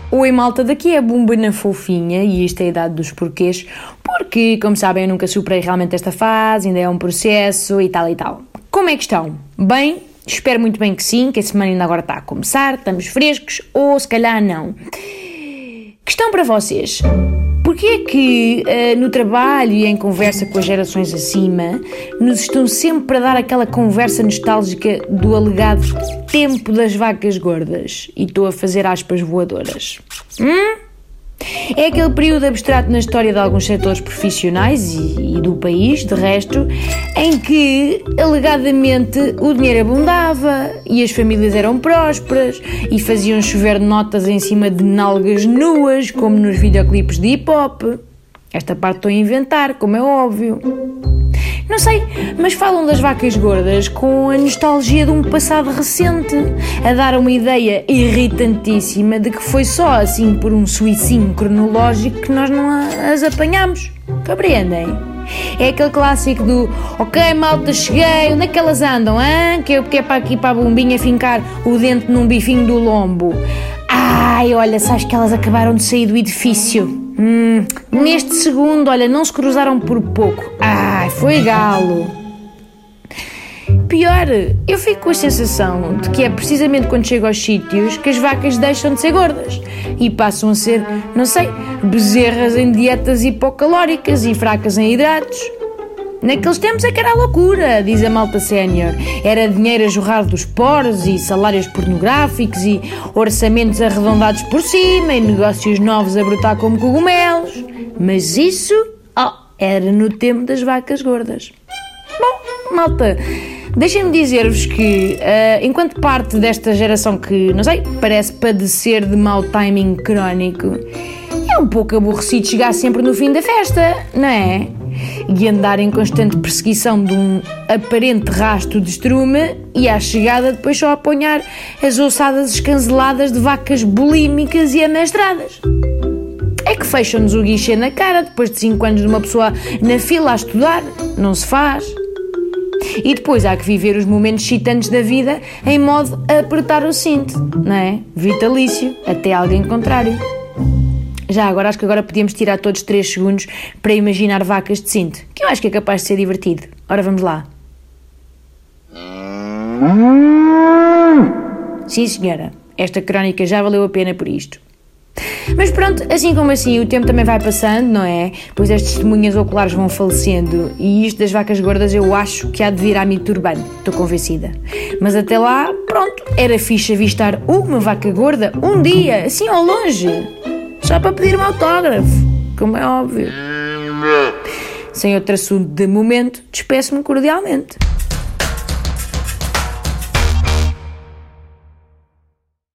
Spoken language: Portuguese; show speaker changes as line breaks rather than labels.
Oi malta, daqui é a Bumba na Fofinha e isto é a idade dos porquês, porque, como sabem, eu nunca superei realmente esta fase, ainda é um processo e tal e tal. Como é que estão? Bem? Espero muito bem que sim, que a semana ainda agora está a começar, estamos frescos, ou se calhar não. Questão para vocês. Porquê é que no trabalho e em conversa com as gerações acima nos estão sempre a dar aquela conversa nostálgica do alegado tempo das vacas gordas? E estou a fazer aspas voadoras. É aquele período abstrato na história de alguns setores profissionais e do país, de resto, em que, alegadamente, o dinheiro abundava e as famílias eram prósperas e faziam chover notas em cima de nalgas nuas, como nos videoclipes de hip-hop. Esta parte estou a inventar, como é óbvio. Não sei, mas falam das vacas gordas com a nostalgia de um passado recente, a dar uma ideia irritantíssima de que foi só assim por um suicinho cronológico que nós não as apanhamos. Compreendem? É aquele clássico do ok malta, cheguei, onde é que elas andam, hein? Que é para aqui para a bombinha fincar o dente num bifinho do lombo. Ai, olha, sabes que elas acabaram de sair do edifício. Neste segundo, olha, não se cruzaram por pouco. Ai, foi galo. Pior, eu fico com a sensação de que é precisamente quando chego aos sítios que as vacas deixam de ser gordas e passam a ser, não sei, bezerras em dietas hipocalóricas e fracas em hidratos. Naqueles tempos é que era a loucura, diz a malta sénior. Era dinheiro a jorrar dos poros e salários pornográficos e orçamentos arredondados por cima e negócios novos a brotar como cogumelos. Mas isso, era no tempo das vacas gordas. Bom, malta, deixem-me dizer-vos que, enquanto parte desta geração que, não sei, parece padecer de mau timing crónico, é um pouco aborrecido chegar sempre no fim da festa, não é? E andar em constante perseguição de um aparente rasto de estrume e à chegada depois só apanhar as ossadas escanceladas de vacas bulímicas e amestradas. É que fecham-nos o guichê na cara depois de 5 anos de uma pessoa na fila a estudar. Não se faz. E depois há que viver os momentos excitantes da vida em modo a apertar o cinto, não é? Vitalício, até alguém contrário. Já agora, acho que agora podíamos tirar todos 3 segundos para imaginar vacas de cinto, que eu acho que é capaz de ser divertido. Ora, vamos lá. Sim, senhora, esta crónica já valeu a pena por isto. Mas pronto, assim como assim, o tempo também vai passando, não é? Pois as testemunhas oculares vão falecendo e isto das vacas gordas eu acho que há de vir a mito urbano, estou convencida. Mas até lá, pronto, era fixe avistar uma vaca gorda um dia, assim ao longe. Só para pedir um autógrafo, como é óbvio. Sem outro assunto de momento, despeço-me cordialmente.